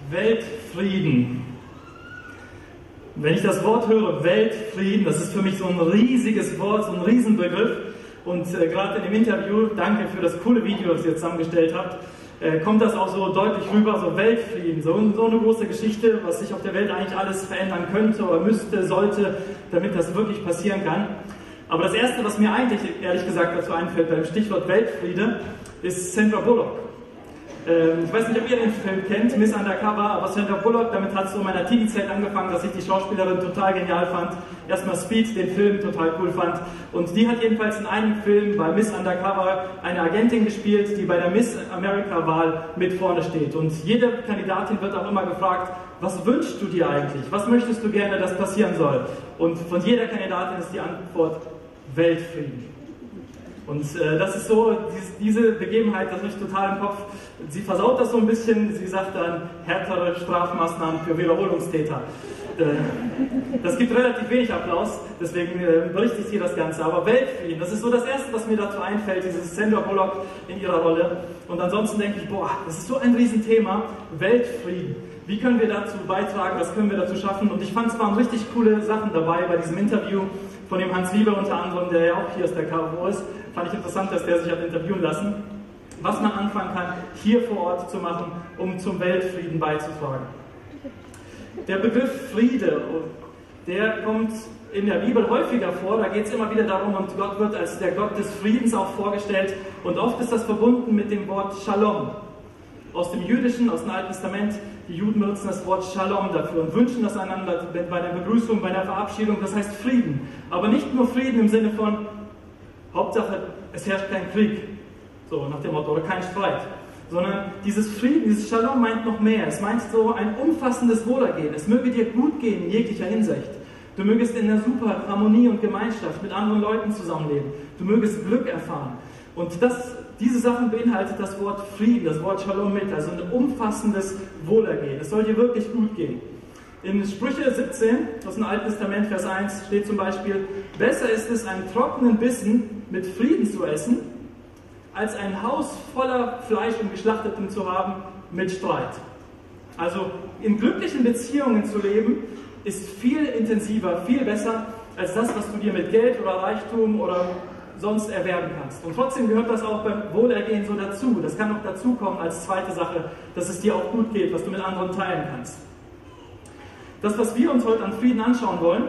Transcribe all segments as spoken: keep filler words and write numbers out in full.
Weltfrieden. Wenn ich das Wort höre, Weltfrieden, das ist für mich so ein riesiges Wort, so ein Riesenbegriff. Und äh, gerade in dem Interview, danke für das coole Video, das ihr zusammengestellt habt, äh, kommt das auch so deutlich rüber, so Weltfrieden, so, so eine große Geschichte, was sich auf der Welt eigentlich alles verändern könnte oder müsste, sollte, damit das wirklich passieren kann. Aber das Erste, was mir eigentlich, ehrlich gesagt, dazu einfällt beim Stichwort Weltfriede, ist Sandra Bullock. Ich weiß nicht, ob ihr den Film kennt, Miss Undercover, aber Sandra Bullock, damit hat es so in meiner Teenie-Zeit angefangen, dass ich die Schauspielerin total genial fand. Erstmal Speed, den Film, total cool fand. Und die hat jedenfalls in einem Film bei Miss Undercover eine Agentin gespielt, die bei der Miss America-Wahl mit vorne steht. Und jede Kandidatin wird auch immer gefragt, was wünschst du dir eigentlich? Was möchtest du gerne, dass passieren soll? Und von jeder Kandidatin ist die Antwort Weltfrieden. Und äh, das ist so, dies, diese Begebenheit, das ist total im Kopf. Sie versaut das so ein bisschen, sie sagt dann härtere Strafmaßnahmen für Wiederholungstäter. Äh, das gibt relativ wenig Applaus, deswegen äh, berichte ich hier das Ganze. Aber Weltfrieden, das ist so das Erste, was mir dazu einfällt, dieses Sandra Bullock in ihrer Rolle. Und ansonsten denke ich, boah, das ist so ein Riesenthema, Weltfrieden. Wie können wir dazu beitragen, was können wir dazu schaffen? Und ich fand, es waren richtig coole Sachen dabei bei diesem Interview von dem Hans Lieber unter anderem, der ja auch hier aus der K W O ist. Fand ich interessant, dass der sich hat interviewen lassen, was man anfangen kann, hier vor Ort zu machen, um zum Weltfrieden beizutragen. Der Begriff Friede, der kommt in der Bibel häufiger vor, da geht es immer wieder darum, und Gott wird als der Gott des Friedens auch vorgestellt, und oft ist das verbunden mit dem Wort Shalom. Aus dem Jüdischen, aus dem Alten Testament, die Juden benutzen das Wort Shalom dafür und wünschen das einander bei der Begrüßung, bei der Verabschiedung, das heißt Frieden. Aber nicht nur Frieden im Sinne von Hauptsache, es herrscht kein Krieg, so nach dem Motto, oder kein Streit, sondern dieses Frieden, dieses Shalom meint noch mehr. Es meint so ein umfassendes Wohlergehen. Es möge dir gut gehen in jeglicher Hinsicht. Du mögest in der super Harmonie und Gemeinschaft mit anderen Leuten zusammenleben. Du mögest Glück erfahren. Und das, diese Sachen beinhaltet das Wort Frieden, das Wort Shalom mit, also ein umfassendes Wohlergehen. Es soll dir wirklich gut gehen. In Sprüche siebzehn, aus dem Alten Testament, Vers eins, steht zum Beispiel: Besser ist es, einen trockenen Bissen mit Frieden zu essen, als ein Haus voller Fleisch und Geschlachtetem zu haben mit Streit. Also in glücklichen Beziehungen zu leben, ist viel intensiver, viel besser, als das, was du dir mit Geld oder Reichtum oder sonst erwerben kannst. Und trotzdem gehört das auch beim Wohlergehen so dazu. Das kann noch dazukommen als zweite Sache, dass es dir auch gut geht, was du mit anderen teilen kannst. Das, was wir uns heute an Frieden anschauen wollen,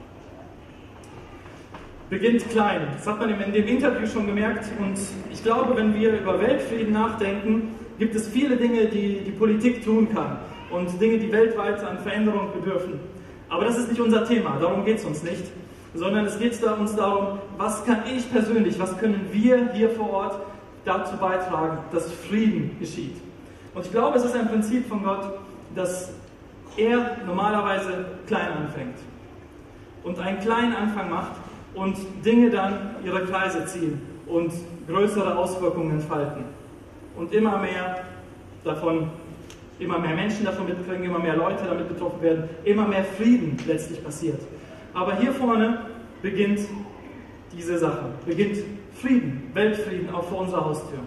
beginnt klein. Das hat man in dem Interview schon gemerkt. Und ich glaube, wenn wir über Weltfrieden nachdenken, gibt es viele Dinge, die die Politik tun kann und Dinge, die weltweit an Veränderung bedürfen. Aber das ist nicht unser Thema, darum geht es uns nicht. Sondern es geht uns darum, was kann ich persönlich, was können wir hier vor Ort dazu beitragen, dass Frieden geschieht. Und ich glaube, es ist ein Prinzip von Gott, dass er normalerweise klein anfängt und einen kleinen Anfang macht und Dinge dann ihre Kreise ziehen und größere Auswirkungen entfalten. Und immer mehr davon, immer mehr Menschen davon mitkriegen, immer mehr Leute damit betroffen werden, immer mehr Frieden letztlich passiert. Aber hier vorne beginnt diese Sache, beginnt Frieden, Weltfrieden auch vor unserer Haustür.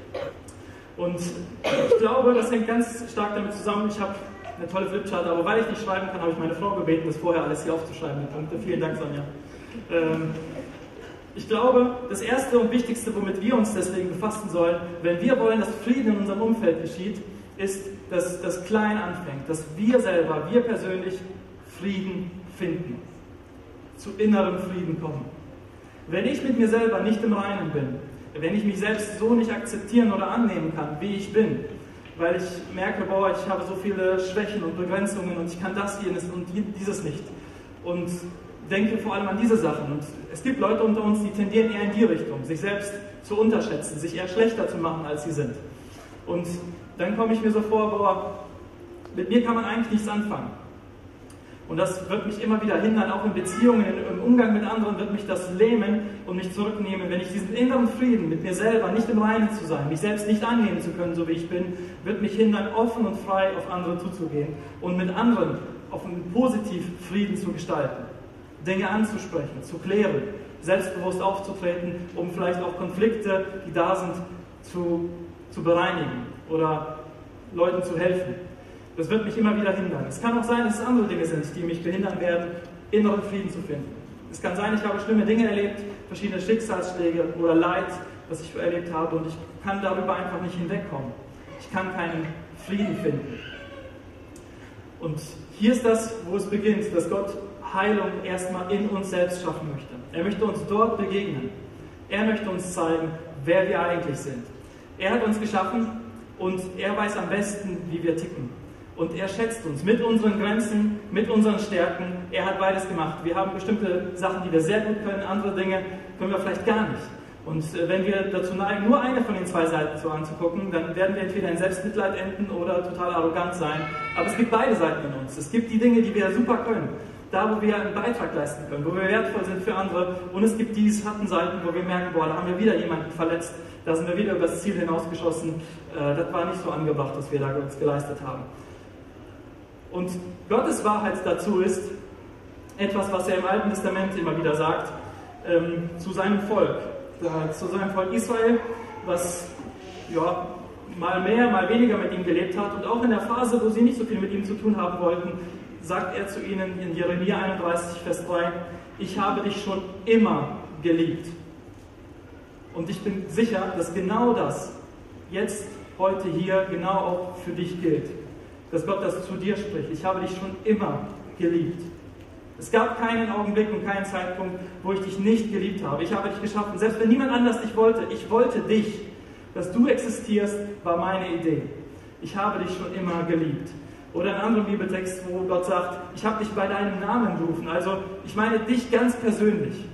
Und ich glaube, das hängt ganz stark damit zusammen. Ich habe eine tolle Flipchart, aber weil ich nicht schreiben kann, habe ich meine Frau gebeten, das vorher alles hier aufzuschreiben. Die Punkte. Vielen Dank, Sonja. Ähm, ich glaube, das Erste und Wichtigste, womit wir uns deswegen befassen sollen, wenn wir wollen, dass Frieden in unserem Umfeld geschieht, ist, dass das klein anfängt, dass wir selber, wir persönlich Frieden finden, zu innerem Frieden kommen. Wenn ich mit mir selber nicht im Reinen bin, wenn ich mich selbst so nicht akzeptieren oder annehmen kann, wie ich bin, weil ich merke, boah, ich habe so viele Schwächen und Begrenzungen und ich kann das, jenes und dieses nicht. Und denke vor allem an diese Sachen. Und es gibt Leute unter uns, die tendieren eher in die Richtung, sich selbst zu unterschätzen, sich eher schlechter zu machen, als sie sind. Und dann komme ich mir so vor, boah, mit mir kann man eigentlich nichts anfangen. Und das wird mich immer wieder hindern, auch in Beziehungen, im Umgang mit anderen wird mich das lähmen und mich zurücknehmen. Wenn ich diesen inneren Frieden mit mir selber nicht im Reinen zu sein, mich selbst nicht annehmen zu können, so wie ich bin, wird mich hindern, offen und frei auf andere zuzugehen und mit anderen auf einen positiven Frieden zu gestalten. Dinge anzusprechen, zu klären, selbstbewusst aufzutreten, um vielleicht auch Konflikte, die da sind, zu, zu bereinigen oder Leuten zu helfen. Das wird mich immer wieder hindern. Es kann auch sein, dass es andere Dinge sind, die mich behindern werden, inneren Frieden zu finden. Es kann sein, ich habe schlimme Dinge erlebt, verschiedene Schicksalsschläge oder Leid, was ich erlebt habe, und ich kann darüber einfach nicht hinwegkommen. Ich kann keinen Frieden finden. Und hier ist das, wo es beginnt, dass Gott Heilung erstmal in uns selbst schaffen möchte. Er möchte uns dort begegnen. Er möchte uns zeigen, wer wir eigentlich sind. Er hat uns geschaffen und er weiß am besten, wie wir ticken. Und er schätzt uns mit unseren Grenzen, mit unseren Stärken. Er hat beides gemacht. Wir haben bestimmte Sachen, die wir sehr gut können, andere Dinge können wir vielleicht gar nicht. Und wenn wir dazu neigen, nur eine von den zwei Seiten so anzugucken, dann werden wir entweder in Selbstmitleid enden oder total arrogant sein. Aber es gibt beide Seiten in uns. Es gibt die Dinge, die wir super können, da wo wir einen Beitrag leisten können, wo wir wertvoll sind für andere. Und es gibt die Schattenseiten, wo wir merken, boah, da haben wir wieder jemanden verletzt, da sind wir wieder über das Ziel hinausgeschossen. Äh, das war nicht so angebracht, was wir da uns geleistet haben. Und Gottes Wahrheit dazu ist etwas, was er im Alten Testament immer wieder sagt, ähm, zu seinem Volk. Zu seinem Volk Israel, was ja, mal mehr, mal weniger mit ihm gelebt hat. Und auch in der Phase, wo sie nicht so viel mit ihm zu tun haben wollten, sagt er zu ihnen in Jeremia einunddreißig, Vers drei, ich habe dich schon immer geliebt. Und ich bin sicher, dass genau das jetzt, heute hier, genau auch für dich gilt. Dass Gott das zu dir spricht. Ich habe dich schon immer geliebt. Es gab keinen Augenblick und keinen Zeitpunkt, wo ich dich nicht geliebt habe. Ich habe dich geschaffen, selbst wenn niemand anders dich wollte. Ich wollte dich. Dass du existierst, war meine Idee. Ich habe dich schon immer geliebt. Oder ein anderer Bibeltext, wo Gott sagt, ich habe dich bei deinem Namen gerufen. Also ich meine dich ganz persönlich.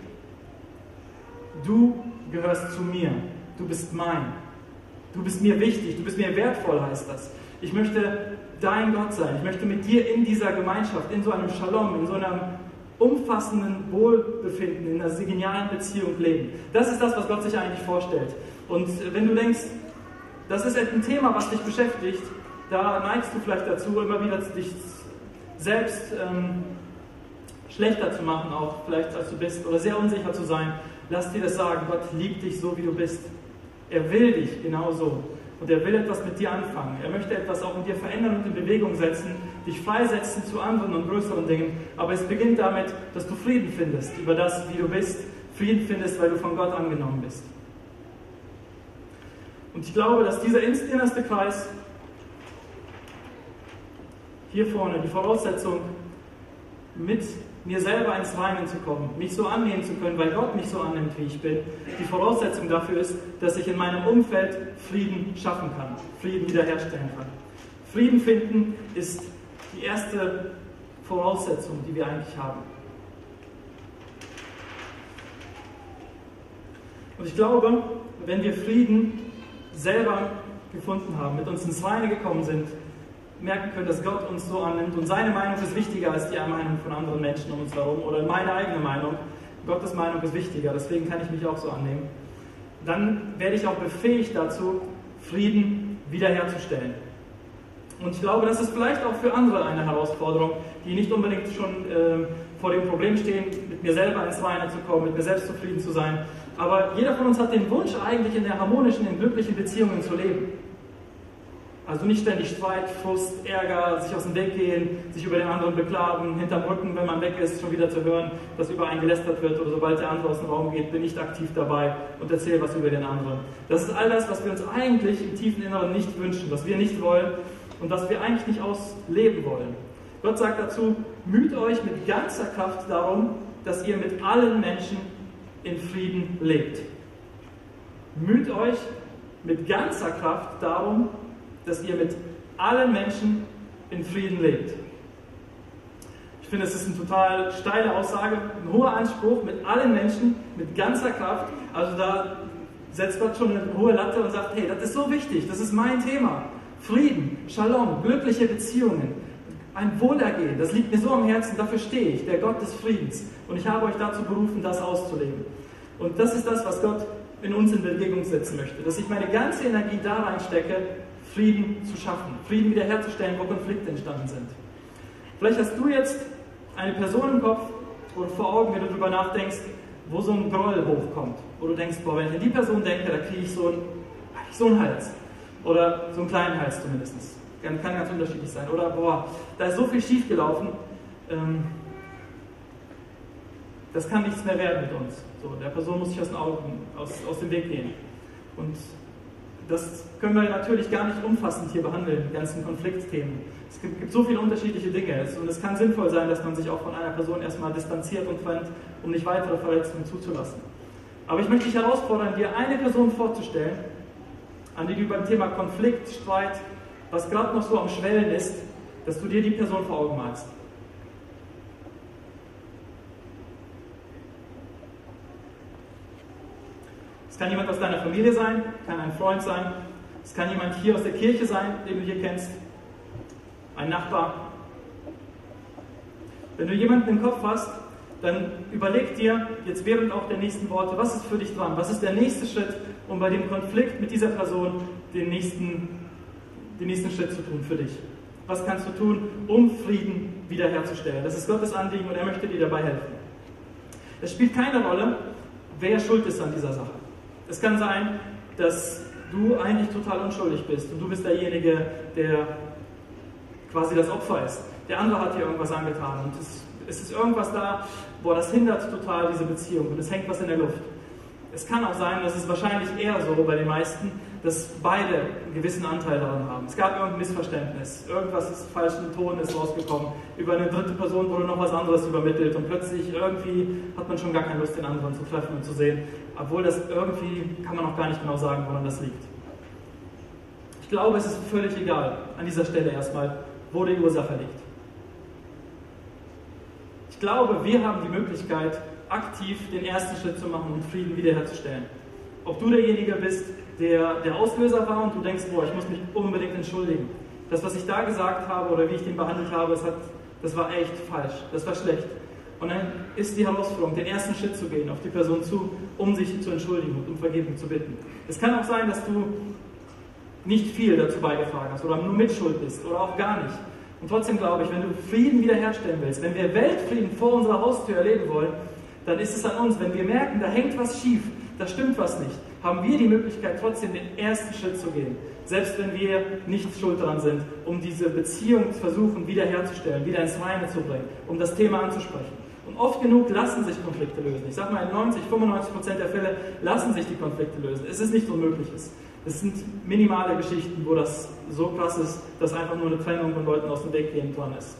Du gehörst zu mir. Du bist mein. Du bist mir wichtig. Du bist mir wertvoll, heißt das. Ich möchte dein Gott sein. Ich möchte mit dir in dieser Gemeinschaft, in so einem Shalom, in so einem umfassenden Wohlbefinden, in einer genialen Beziehung leben. Das ist das, was Gott sich eigentlich vorstellt. Und wenn du denkst, das ist ein Thema, was dich beschäftigt, da neigst du vielleicht dazu, immer wieder dich selbst ähm, schlechter zu machen, auch vielleicht als du bist, oder sehr unsicher zu sein. Lass dir das sagen, Gott liebt dich so, wie du bist. Er will dich genauso. Und er will etwas mit dir anfangen. Er möchte etwas auch in dir verändern und in Bewegung setzen, dich freisetzen zu anderen und größeren Dingen. Aber es beginnt damit, dass du Frieden findest über das, wie du bist. Frieden findest, weil du von Gott angenommen bist. Und ich glaube, dass dieser innerste Kreis hier vorne, die Voraussetzung, mit mir selber ins Reinen zu kommen, mich so annehmen zu können, weil Gott mich so annimmt, wie ich bin. Die Voraussetzung dafür ist, dass ich in meinem Umfeld Frieden schaffen kann, Frieden wiederherstellen kann. Frieden finden ist die erste Voraussetzung, die wir eigentlich haben. Und ich glaube, wenn wir Frieden selber gefunden haben, mit uns ins Reine gekommen sind, merken können, dass Gott uns so annimmt und seine Meinung ist wichtiger als die Meinung von anderen Menschen um uns herum oder meine eigene Meinung. Gottes Meinung ist wichtiger, deswegen kann ich mich auch so annehmen. Dann werde ich auch befähigt dazu, Frieden wiederherzustellen. Und ich glaube, das ist vielleicht auch für andere eine Herausforderung, die nicht unbedingt schon äh, vor dem Problem stehen, mit mir selber ins Reine zu kommen, mit mir selbst zufrieden zu sein. Aber jeder von uns hat den Wunsch, eigentlich in der harmonischen, in glücklichen Beziehungen zu leben. Also nicht ständig Streit, Frust, Ärger, sich aus dem Weg gehen, sich über den anderen beklagen, hinterm Rücken, wenn man weg ist, schon wieder zu hören, dass über einen gelästert wird oder sobald der andere aus dem Raum geht, bin ich aktiv dabei und erzähle was über den anderen. Das ist all das, was wir uns eigentlich im tiefen Inneren nicht wünschen, was wir nicht wollen und was wir eigentlich nicht ausleben wollen. Gott sagt dazu, müht euch mit ganzer Kraft darum, dass ihr mit allen Menschen in Frieden lebt. Müht euch mit ganzer Kraft darum, dass ihr mit allen Menschen in Frieden lebt. Ich finde, es ist eine total steile Aussage, ein hoher Anspruch mit allen Menschen, mit ganzer Kraft. Also da setzt Gott schon eine hohe Latte und sagt, hey, das ist so wichtig, das ist mein Thema. Frieden, Shalom, glückliche Beziehungen, ein Wohlergehen, das liegt mir so am Herzen, dafür stehe ich, der Gott des Friedens. Und ich habe euch dazu berufen, das auszuleben. Und das ist das, was Gott in uns in Bewegung setzen möchte, dass ich meine ganze Energie da reinstecke, Frieden zu schaffen, Frieden wiederherzustellen, wo Konflikte entstanden sind. Vielleicht hast du jetzt eine Person im Kopf oder vor Augen, wenn du darüber nachdenkst, wo so ein Groll hochkommt, wo du denkst, boah, wenn ich an die Person denke, da kriege ich so einen, so einen Hals oder so einen kleinen Hals zumindest. kann ganz unterschiedlich sein. Oder, boah, da ist so viel schiefgelaufen, ähm, das kann nichts mehr werden mit uns. So, der Person muss sich aus den Augen, aus, aus dem Weg gehen. Und das können wir natürlich gar nicht umfassend hier behandeln, die ganzen Konfliktthemen. Es gibt, gibt so viele unterschiedliche Dinge und es kann sinnvoll sein, dass man sich auch von einer Person erstmal distanziert und trennt, um nicht weitere Verletzungen zuzulassen. Aber ich möchte dich herausfordern, dir eine Person vorzustellen, an die du beim Thema Konflikt, Streit, was gerade noch so am Schwellen ist, dass du dir die Person vor Augen malst. Es kann jemand aus deiner Familie sein, kann ein Freund sein, es kann jemand hier aus der Kirche sein, den du hier kennst, ein Nachbar. Wenn du jemanden im Kopf hast, dann überleg dir jetzt während auch der nächsten Worte, was ist für dich dran, was ist der nächste Schritt, um bei dem Konflikt mit dieser Person den nächsten, den nächsten Schritt zu tun für dich. Was kannst du tun, um Frieden wiederherzustellen? Das ist Gottes Anliegen und er möchte dir dabei helfen. Es spielt keine Rolle, wer schuld ist an dieser Sache. Es kann sein, dass du eigentlich total unschuldig bist und du bist derjenige, der quasi das Opfer ist. Der andere hat dir irgendwas angetan und es, es ist irgendwas da, boah, das hindert total diese Beziehung und es hängt was in der Luft. Es kann auch sein, das ist wahrscheinlich eher so bei den meisten, dass beide einen gewissen Anteil daran haben. Es gab irgendein Missverständnis, irgendwas ist falschen Ton ist rausgekommen, über eine dritte Person wurde noch was anderes übermittelt und plötzlich irgendwie hat man schon gar keine Lust, den anderen zu treffen und zu sehen, obwohl das irgendwie, kann man auch gar nicht genau sagen, woran das liegt. Ich glaube, es ist völlig egal, an dieser Stelle erstmal, wo die Ursache liegt. Ich glaube, wir haben die Möglichkeit, aktiv den ersten Schritt zu machen und Frieden wiederherzustellen. Ob du derjenige bist, der der Auslöser war und du denkst, boah, ich muss mich unbedingt entschuldigen. Das, was ich da gesagt habe oder wie ich den behandelt habe, das, hat, das war echt falsch, das war schlecht. Und dann ist die Herausforderung, den ersten Schritt zu gehen, auf die Person zu, um sich zu entschuldigen und um Vergebung zu bitten. Es kann auch sein, dass du nicht viel dazu beigetragen hast oder nur Mitschuld bist oder auch gar nicht. Und trotzdem glaube ich, wenn du Frieden wiederherstellen willst, wenn wir Weltfrieden vor unserer Haustür erleben wollen, dann ist es an uns, wenn wir merken, da hängt was schief, da stimmt was nicht, haben wir die Möglichkeit, trotzdem den ersten Schritt zu gehen. Selbst wenn wir nicht schuld dran sind, um diese Beziehung zu versuchen, wiederherzustellen, wieder ins Reine zu bringen, um das Thema anzusprechen. Und oft genug lassen sich Konflikte lösen. Ich sage mal, in neunzig, fünfundneunzig Prozent der Fälle lassen sich die Konflikte lösen. Es ist nichts Unmögliches. Es sind minimale Geschichten, wo das so krass ist, dass einfach nur eine Trennung von Leuten aus dem Weg gehen dran ist.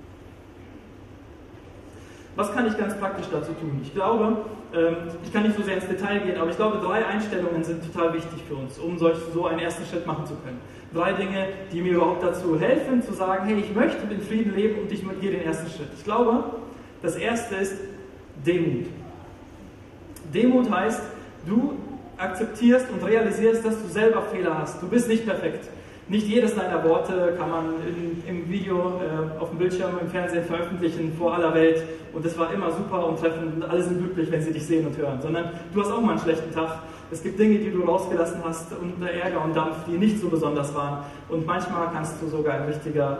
Was kann ich ganz praktisch dazu tun? Ich glaube, ich kann nicht so sehr ins Detail gehen, aber ich glaube, drei Einstellungen sind total wichtig für uns, um solch, so einen ersten Schritt machen zu können. Drei Dinge, die mir überhaupt dazu helfen, zu sagen, hey, ich möchte in Frieden leben und ich gehe den ersten Schritt. Ich glaube, das erste ist Demut. Demut heißt, du akzeptierst und realisierst, dass du selber Fehler hast. Du bist nicht perfekt. Nicht jedes deiner Worte kann man in, im Video, äh, auf dem Bildschirm, im Fernsehen veröffentlichen vor aller Welt und das war immer super und treffend und alle sind glücklich, wenn sie dich sehen und hören. Sondern du hast auch mal einen schlechten Tag. Es gibt Dinge, die du rausgelassen hast unter Ärger und Dampf, die nicht so besonders waren. Und manchmal kannst du sogar ein richtiger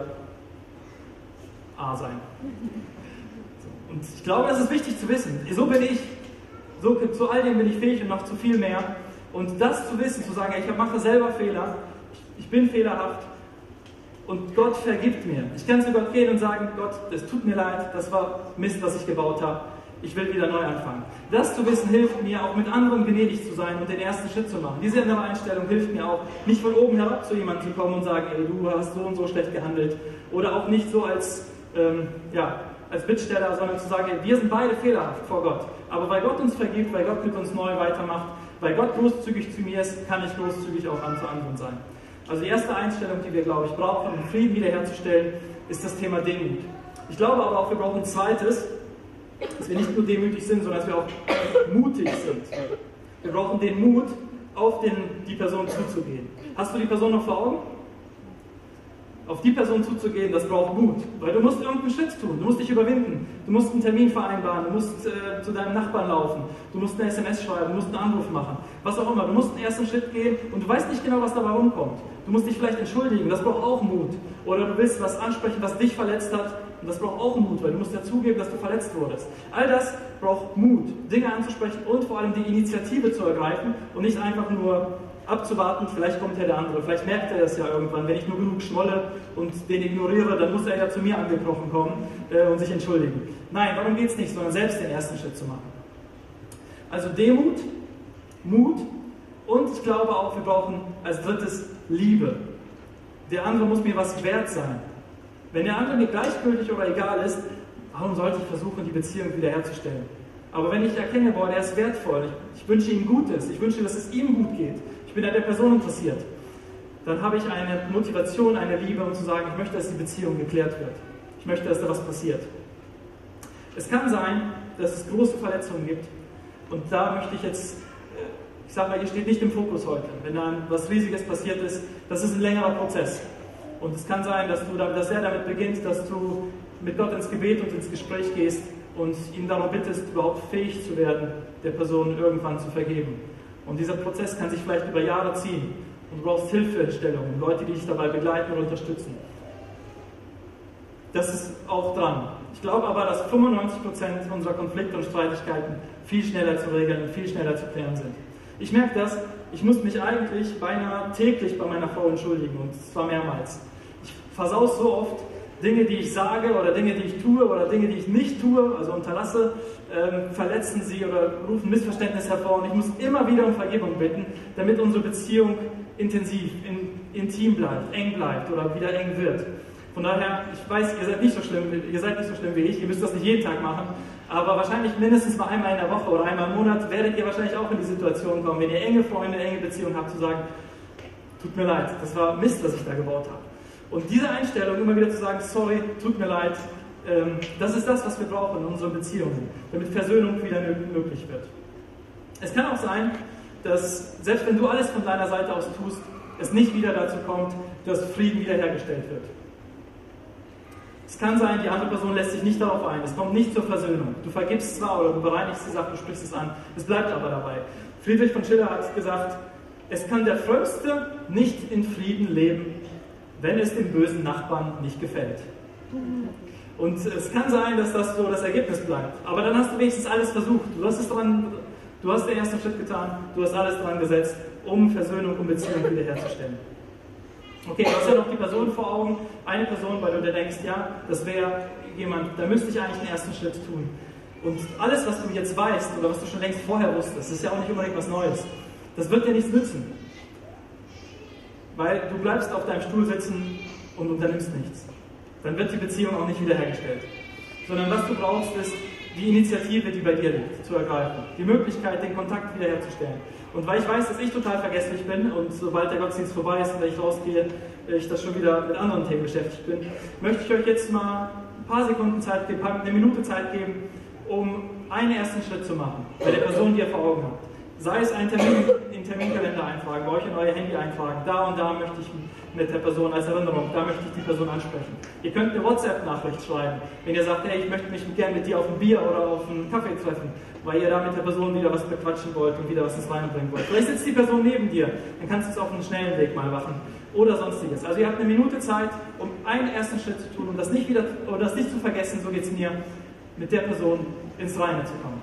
A sein. Und ich glaube, das ist wichtig zu wissen. So bin ich. So, zu all dem bin ich fähig und noch zu viel mehr. Und das zu wissen, zu sagen, ich mache selber Fehler, ich bin fehlerhaft und Gott vergibt mir. Ich kann zu Gott gehen und sagen, Gott, es tut mir leid, das war Mist, was ich gebaut habe. Ich will wieder neu anfangen. Das zu wissen hilft mir, auch mit anderen gnädig zu sein und den ersten Schritt zu machen. Diese innere Einstellung hilft mir auch, nicht von oben herab zu jemandem zu kommen und sagen, ey, du hast so und so schlecht gehandelt. Oder auch nicht so als, ähm, ja, als Bittsteller, sondern zu sagen, ey, wir sind beide fehlerhaft vor Gott. Aber weil Gott uns vergibt, weil Gott mit uns neu weitermacht, weil Gott großzügig zu mir ist, kann ich großzügig auch an zu anderen sein. Also die erste Einstellung, die wir, glaube ich, brauchen, um Frieden wiederherzustellen, ist das Thema Demut. Ich glaube aber auch, wir brauchen ein zweites, dass wir nicht nur demütig sind, sondern dass wir auch mutig sind. Wir brauchen den Mut, auf den, die Person zuzugehen. Hast du die Person noch vor Augen? Auf die Person zuzugehen, das braucht Mut, weil du musst irgendeinen Schritt tun, du musst dich überwinden, du musst einen Termin vereinbaren, du musst äh, zu deinem Nachbarn laufen, du musst eine S M S schreiben, du musst einen Anruf machen, was auch immer, du musst einen ersten Schritt gehen und du weißt nicht genau, was dabei rumkommt. Du musst dich vielleicht entschuldigen, das braucht auch Mut. Oder du willst was ansprechen, was dich verletzt hat und das braucht auch Mut, weil du musst ja zugeben, dass du verletzt wurdest. All das braucht Mut, Dinge anzusprechen und vor allem die Initiative zu ergreifen und nicht einfach nur abzuwarten, vielleicht kommt ja der andere, vielleicht merkt er das ja irgendwann, wenn ich nur genug schmolle und den ignoriere, dann muss er ja zu mir angekrochen kommen äh, und sich entschuldigen. Nein, darum geht es nicht, sondern selbst den ersten Schritt zu machen. Also Demut, Mut und ich glaube auch, wir brauchen als drittes Liebe. Der andere muss mir was wert sein. Wenn der andere mir gleichgültig oder egal ist, warum sollte ich versuchen, die Beziehung wiederherzustellen? Aber wenn ich erkenne, boah, der ist wertvoll, ich, ich wünsche ihm Gutes, ich wünsche, dass es ihm gut geht, ich bin an der Person interessiert, dann habe ich eine Motivation, eine Liebe, um zu sagen, ich möchte, dass die Beziehung geklärt wird. Ich möchte, dass da was passiert. Es kann sein, dass es große Verletzungen gibt und da möchte ich jetzt, ich sage mal, ihr steht nicht im Fokus heute. Wenn da was Riesiges passiert ist, das ist ein längerer Prozess. Und es kann sein, dass, du, dass er damit beginnt, dass du mit Gott ins Gebet und ins Gespräch gehst und ihn darum bittest, überhaupt fähig zu werden, der Person irgendwann zu vergeben. Und dieser Prozess kann sich vielleicht über Jahre ziehen. Und du brauchst Hilfestellungen, Leute, die dich dabei begleiten und unterstützen. Das ist auch dran. Ich glaube aber, dass fünfundneunzig Prozent unserer Konflikte und Streitigkeiten viel schneller zu regeln und viel schneller zu klären sind. Ich merke das, ich muss mich eigentlich beinahe täglich bei meiner Frau entschuldigen, und zwar mehrmals. Ich versaus so oft Dinge, die ich sage oder Dinge, die ich tue oder Dinge, die ich nicht tue, also unterlasse, ähm, verletzen sie oder rufen Missverständnis hervor, und ich muss immer wieder um Vergebung bitten, damit unsere Beziehung intensiv, in, intim bleibt, eng bleibt oder wieder eng wird. Von daher, ich weiß, ihr seid nicht so schlimm, ihr seid nicht so schlimm wie ich, ihr müsst das nicht jeden Tag machen, aber wahrscheinlich mindestens mal einmal in der Woche oder einmal im Monat werdet ihr wahrscheinlich auch in die Situation kommen, wenn ihr enge Freunde, enge Beziehungen habt, zu sagen, tut mir leid, das war Mist, was ich da gebaut habe. Und diese Einstellung, immer wieder zu sagen, sorry, tut mir leid, ähm, das ist das, was wir brauchen in unseren Beziehungen, damit Versöhnung wieder möglich wird. Es kann auch sein, dass selbst wenn du alles von deiner Seite aus tust, es nicht wieder dazu kommt, dass Frieden wiederhergestellt wird. Es kann sein, die andere Person lässt sich nicht darauf ein, es kommt nicht zur Versöhnung. Du vergibst zwar oder du bereinigst die Sache, du sprichst es an, es bleibt aber dabei. Friedrich von Schiller hat gesagt, es kann der Frömmste nicht in Frieden leben, wenn es dem bösen Nachbarn nicht gefällt. Und es kann sein, dass das so das Ergebnis bleibt. Aber dann hast du wenigstens alles versucht. Du hast es dran, du hast den ersten Schritt getan, du hast alles dran gesetzt, um Versöhnung und Beziehung wiederherzustellen. Okay, du hast ja noch die Person vor Augen, eine Person, weil du dir denkst, ja, das wäre jemand, da müsste ich eigentlich den ersten Schritt tun. Und alles, was du jetzt weißt oder was du schon längst vorher wusstest, ist ja auch nicht unbedingt was Neues. Das wird dir nichts nützen. Weil du bleibst auf deinem Stuhl sitzen und unternimmst nichts. Dann wird die Beziehung auch nicht wiederhergestellt. Sondern was du brauchst, ist die Initiative, die bei dir liegt, zu ergreifen. Die Möglichkeit, den Kontakt wiederherzustellen. Und weil ich weiß, dass ich total vergesslich bin und sobald der Gottesdienst vorbei ist und wenn ich rausgehe, ich das schon wieder mit anderen Themen beschäftigt bin, möchte ich euch jetzt mal ein paar Sekunden Zeit geben, eine Minute Zeit geben, um einen ersten Schritt zu machen, bei der Person, die ihr vor Augen habt. Sei es einen Termin in den Terminkalender eintragen, bei euch in euer Handy eintragen, da und da möchte ich mit der Person als Erinnerung, da möchte ich die Person ansprechen. Ihr könnt eine WhatsApp-Nachricht schreiben, wenn ihr sagt, hey, ich möchte mich gerne mit dir auf ein Bier oder auf einen Kaffee treffen, weil ihr da mit der Person wieder was bequatschen wollt und wieder was ins Reine bringen wollt. Vielleicht sitzt die Person neben dir, dann kannst du es auf einen schnellen Weg mal machen oder sonstiges. Also ihr habt eine Minute Zeit, um einen ersten Schritt zu tun, um das nicht, wieder, um das nicht zu vergessen, so geht es mir, mit der Person ins Reine zu kommen.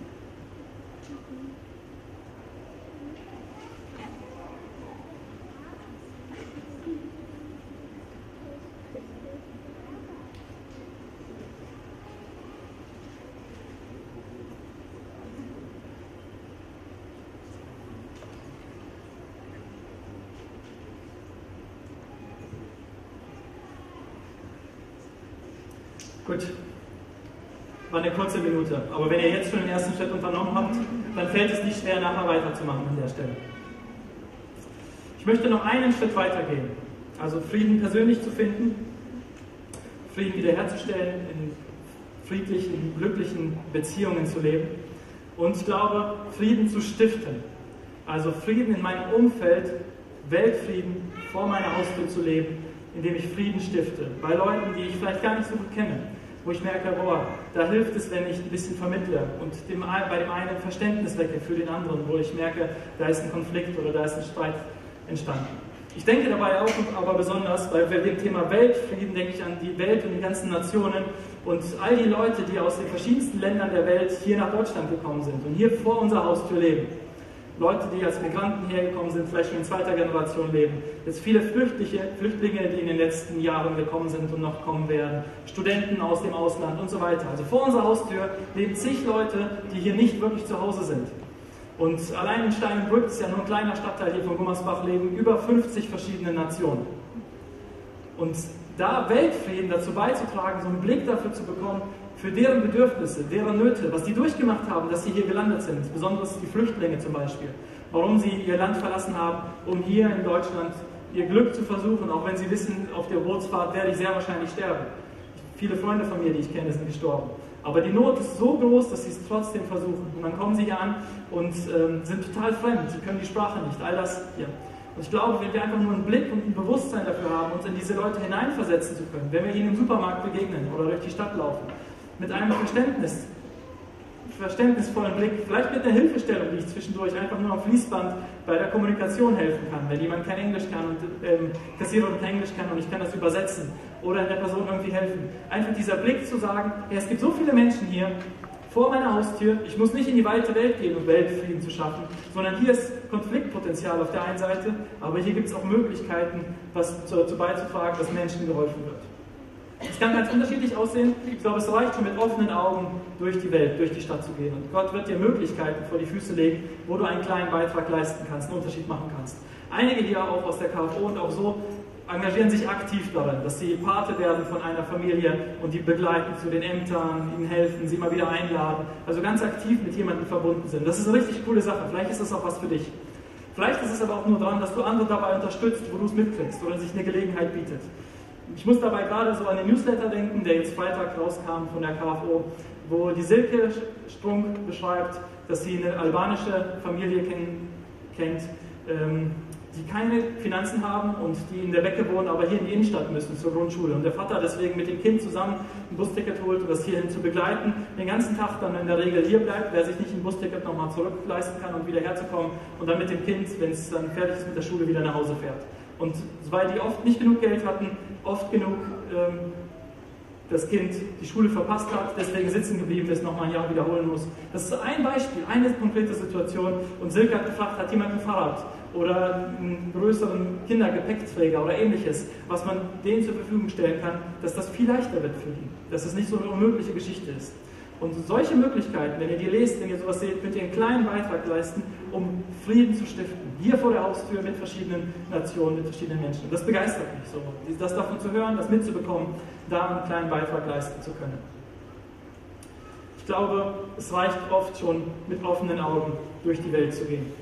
Gut, war eine kurze Minute, aber wenn ihr jetzt schon den ersten Schritt unternommen habt, dann fällt es nicht schwer, nachher weiterzumachen an der Stelle. Ich möchte noch einen Schritt weitergehen, also Frieden persönlich zu finden, Frieden wiederherzustellen, in friedlichen, glücklichen Beziehungen zu leben und ich glaube, Frieden zu stiften, also Frieden in meinem Umfeld, Weltfrieden vor meiner Haustür zu leben, indem ich Frieden stifte, bei Leuten, die ich vielleicht gar nicht so gut kenne, wo ich merke, boah, da hilft es, wenn ich ein bisschen vermittle und dem, bei dem einen Verständnis wecke für den anderen, wo ich merke, da ist ein Konflikt oder da ist ein Streit entstanden. Ich denke dabei auch, aber besonders, bei dem Thema Weltfrieden denke ich an die Welt und die ganzen Nationen und all die Leute, die aus den verschiedensten Ländern der Welt hier nach Deutschland gekommen sind und hier vor unserer Haustür leben. Leute, die als Migranten hergekommen sind, vielleicht schon in zweiter Generation leben. Jetzt viele Flüchtlinge, Flüchtlinge, die in den letzten Jahren gekommen sind und noch kommen werden. Studenten aus dem Ausland und so weiter. Also vor unserer Haustür leben zig Leute, die hier nicht wirklich zu Hause sind. Und allein in Steinbrück, das ist ja nur ein kleiner Stadtteil hier von Gummersbach, leben über fünfzig verschiedene Nationen. Und da Weltfrieden dazu beizutragen, so einen Blick dafür zu bekommen, für deren Bedürfnisse, deren Nöte, was die durchgemacht haben, dass sie hier gelandet sind, besonders die Flüchtlinge zum Beispiel, warum sie ihr Land verlassen haben, um hier in Deutschland ihr Glück zu versuchen, auch wenn sie wissen, auf der Bootsfahrt werde ich sehr wahrscheinlich sterben. Viele Freunde von mir, die ich kenne, sind gestorben. Aber die Not ist so groß, dass sie es trotzdem versuchen. Und dann kommen sie hier an und ähm, sind total fremd, sie können die Sprache nicht, all das hier. Und ich glaube, wenn wir einfach nur einen Blick und ein Bewusstsein dafür haben, uns in diese Leute hineinversetzen zu können, wenn wir ihnen im Supermarkt begegnen oder durch die Stadt laufen, mit einem Verständnis, verständnisvollen Blick, vielleicht mit einer Hilfestellung, die ich zwischendurch einfach nur am Fließband bei der Kommunikation helfen kann, wenn jemand kein Englisch kann und ähm, Kassiererin kein Englisch kann und ich kann das übersetzen oder der Person irgendwie helfen. Einfach dieser Blick zu sagen, ja, es gibt so viele Menschen hier vor meiner Haustür, ich muss nicht in die weite Welt gehen, um Weltfrieden zu schaffen, sondern hier ist Konfliktpotenzial auf der einen Seite, aber hier gibt es auch Möglichkeiten, was dazu beizutragen, dass Menschen geholfen wird. Es kann ganz unterschiedlich aussehen. Ich glaube, es reicht schon mit offenen Augen durch die Welt, durch die Stadt zu gehen. Und Gott wird dir Möglichkeiten vor die Füße legen, wo du einen kleinen Beitrag leisten kannst, einen Unterschied machen kannst. Einige hier auch aus der K F O und auch so engagieren sich aktiv darin, dass sie Pate werden von einer Familie und die begleiten zu den Ämtern, ihnen helfen, sie mal wieder einladen. Also ganz aktiv mit jemandem verbunden sind. Das ist eine richtig coole Sache. Vielleicht ist das auch was für dich. Vielleicht ist es aber auch nur daran, dass du andere dabei unterstützt, wo du es mitkriegst oder sich eine Gelegenheit bietet. Ich muss dabei gerade so an den Newsletter denken, der jetzt Freitag rauskam von der K F O, wo die Silke Strunk beschreibt, dass sie eine albanische Familie kenn, kennt, ähm, die keine Finanzen haben und die in der Becke wohnen, aber hier in die Innenstadt müssen zur Grundschule. Und der Vater deswegen mit dem Kind zusammen ein Busticket holt, um das hierhin zu begleiten, den ganzen Tag dann in der Regel hier bleibt, wer sich nicht ein Busticket nochmal zurückleisten kann, um wieder herzukommen und dann mit dem Kind, wenn es dann fertig ist mit der Schule, wieder nach Hause fährt. Und weil die oft nicht genug Geld hatten, oft genug ähm, das Kind die Schule verpasst hat, deswegen sitzen geblieben ist, nochmal ein Jahr wiederholen muss. Das ist ein Beispiel, eine konkrete Situation. Und Silke hat gefragt, hat jemand ein Fahrrad oder einen größeren Kindergepäckträger oder ähnliches, was man denen zur Verfügung stellen kann, dass das viel leichter wird für die, dass es nicht so eine unmögliche Geschichte ist. Und solche Möglichkeiten, wenn ihr die lest, wenn ihr sowas seht, könnt ihr einen kleinen Beitrag leisten, um Frieden zu stiften. Hier vor der Haustür mit verschiedenen Nationen, mit verschiedenen Menschen. Und das begeistert mich so, das davon zu hören, das mitzubekommen, da einen kleinen Beitrag leisten zu können. Ich glaube, es reicht oft schon, mit offenen Augen durch die Welt zu gehen.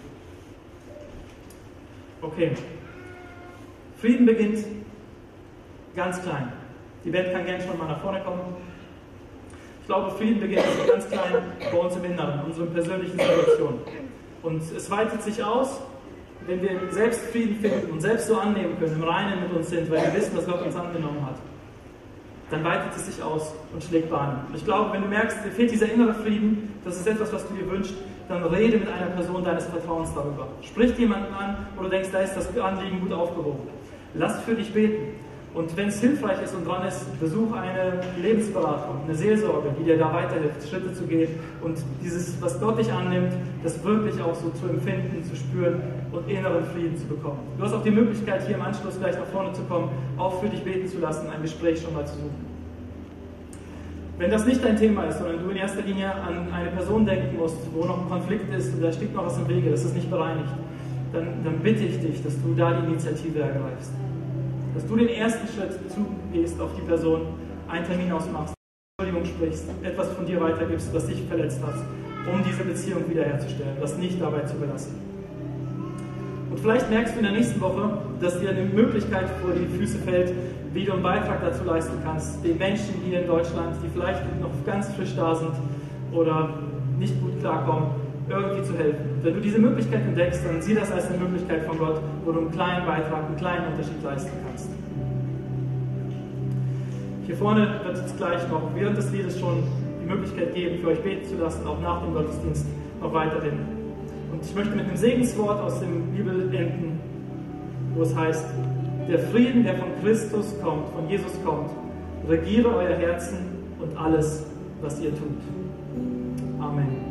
Okay. Frieden beginnt ganz klein. Die Welt kann gerne schon mal nach vorne kommen. Ich glaube, Frieden beginnt ganz klein bei uns im Inneren, in unseren persönlichen Situationen. Und es weitet sich aus, wenn wir selbst Frieden finden und selbst so annehmen können, im Reinen mit uns sind, weil wir wissen, dass Gott uns angenommen hat. Dann weitet es sich aus und schlägt Bahn. Und ich glaube, wenn du merkst, dir fehlt dieser innere Frieden, das ist etwas, was du dir wünschst, dann rede mit einer Person deines Vertrauens darüber. Sprich jemanden an, wo du denkst, da ist das Anliegen gut aufgehoben. Lass für dich beten. Und wenn es hilfreich ist und dran ist, besuch eine Lebensberatung, eine Seelsorge, die dir da weiterhilft, Schritte zu gehen und dieses, was Gott dich annimmt, das wirklich auch so zu empfinden, zu spüren und inneren Frieden zu bekommen. Du hast auch die Möglichkeit, hier im Anschluss gleich nach vorne zu kommen, auch für dich beten zu lassen, ein Gespräch schon mal zu suchen. Wenn das nicht dein Thema ist, sondern du in erster Linie an eine Person denken musst, wo noch ein Konflikt ist und da steht noch was im Wege, das ist nicht bereinigt, dann, dann bitte ich dich, dass du da die Initiative ergreifst. Dass du den ersten Schritt zugehst auf die Person, einen Termin ausmachst, Entschuldigung sprichst, etwas von dir weitergibst, was dich verletzt hat, um diese Beziehung wiederherzustellen, das nicht dabei zu belassen. Und vielleicht merkst du in der nächsten Woche, dass dir eine Möglichkeit vor die Füße fällt, wie du einen Beitrag dazu leisten kannst, den Menschen hier in Deutschland, die vielleicht noch ganz frisch da sind oder nicht gut klarkommen, irgendwie zu helfen. Wenn du diese Möglichkeit entdeckst, dann sieh das als eine Möglichkeit von Gott, wo du einen kleinen Beitrag, einen kleinen Unterschied leisten kannst. Hier vorne wird es gleich noch während des Liedes schon die Möglichkeit geben, für euch beten zu lassen, auch nach dem Gottesdienst noch weiterhin. Und ich möchte mit einem Segenswort aus dem Bibel enden, wo es heißt: Der Frieden, der von Christus kommt, von Jesus kommt, regiere euer Herzen und alles, was ihr tut. Amen.